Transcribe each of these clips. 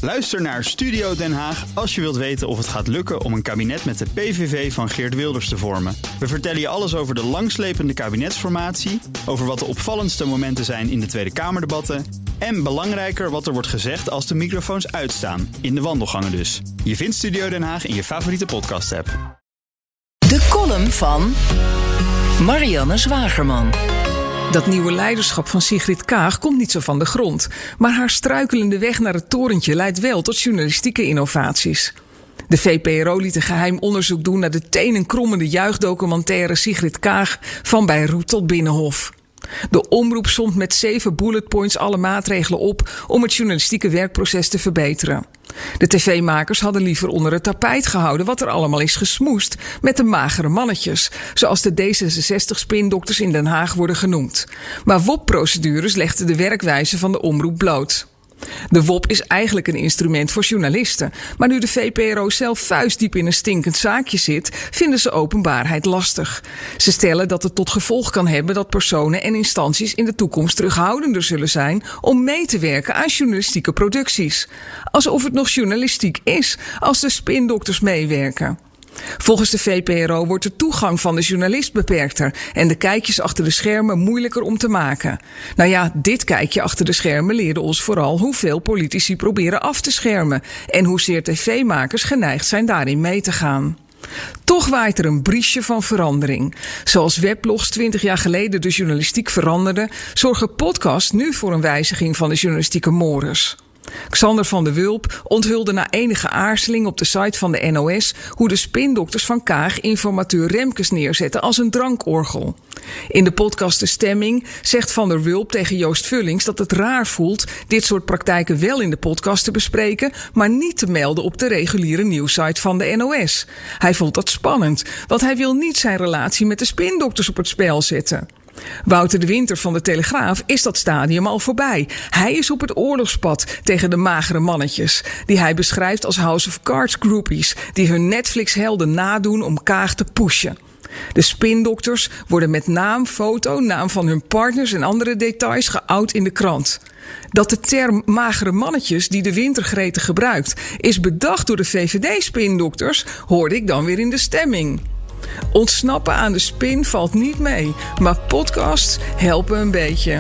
Luister naar Studio Den Haag als je wilt weten of het gaat lukken om een kabinet met de PVV van Geert Wilders te vormen. We vertellen je alles over de langslepende kabinetsformatie, over wat de opvallendste momenten zijn in de Tweede Kamerdebatten en belangrijker wat er wordt gezegd als de microfoons uitstaan, in de wandelgangen dus. Je vindt Studio Den Haag in je favoriete podcast-app. De column van Marianne Zwagerman. Dat nieuwe leiderschap van Sigrid Kaag komt niet zo van de grond. Maar haar struikelende weg naar het torentje leidt wel tot journalistieke innovaties. De VPRO liet een geheim onderzoek doen naar de tenenkrommende juichdocumentaire Sigrid Kaag van Beirut tot Binnenhof. De omroep somt met 7 bullet points alle maatregelen op om het journalistieke werkproces te verbeteren. De tv-makers hadden liever onder het tapijt gehouden wat er allemaal is gesmoest met de magere mannetjes, zoals de D66-spindokters in Den Haag worden genoemd. Maar WOP-procedures legden de werkwijze van de omroep bloot. De WOP is eigenlijk een instrument voor journalisten. Maar nu de VPRO zelf vuistdiep in een stinkend zaakje zit, vinden ze openbaarheid lastig. Ze stellen dat het tot gevolg kan hebben dat personen en instanties in de toekomst terughoudender zullen zijn om mee te werken aan journalistieke producties. Alsof het nog journalistiek is als de spindokters meewerken. Volgens de VPRO wordt de toegang van de journalist beperkter en de kijkjes achter de schermen moeilijker om te maken. Nou ja, dit kijkje achter de schermen leerde ons vooral hoeveel politici proberen af te schermen en hoezeer tv-makers geneigd zijn daarin mee te gaan. Toch waait er een briesje van verandering. Zoals weblogs 20 jaar geleden de journalistiek veranderden, zorgen podcasts nu voor een wijziging van de journalistieke mores. Xander van der Wulp onthulde na enige aarzeling op de site van de NOS hoe de spindokters van Kaag informateur Remkes neerzetten als een drankorgel. In de podcast De Stemming zegt Van der Wulp tegen Joost Vullings dat het raar voelt dit soort praktijken wel in de podcast te bespreken, maar niet te melden op de reguliere nieuwssite van de NOS. Hij vond dat spannend, want hij wil niet zijn relatie met de spindokters op het spel zetten. Wouter de Winter van de Telegraaf is dat stadium al voorbij. Hij is op het oorlogspad tegen de magere mannetjes, die hij beschrijft als House of Cards groupies, die hun Netflix-helden nadoen om Kaag te pushen. De spindokters worden met naam, foto, naam van hun partners en andere details geout in de krant. Dat de term magere mannetjes die de Winter gretig gebruikt is bedacht door de VVD-spindokters, hoorde ik dan weer in De Stemming. Ontsnappen aan de spin valt niet mee, maar podcasts helpen een beetje.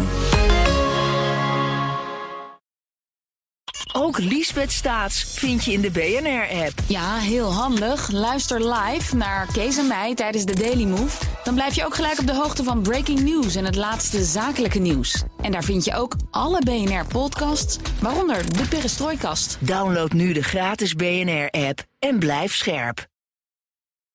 Ook Liesbeth Staats vind je in de BNR-app. Ja, heel handig. Luister live naar Kees en mij tijdens de Daily Move. Dan blijf je ook gelijk op de hoogte van breaking news en het laatste zakelijke nieuws. En daar vind je ook alle BNR-podcasts, waaronder de Perestrooikast. Download nu de gratis BNR-app en blijf scherp.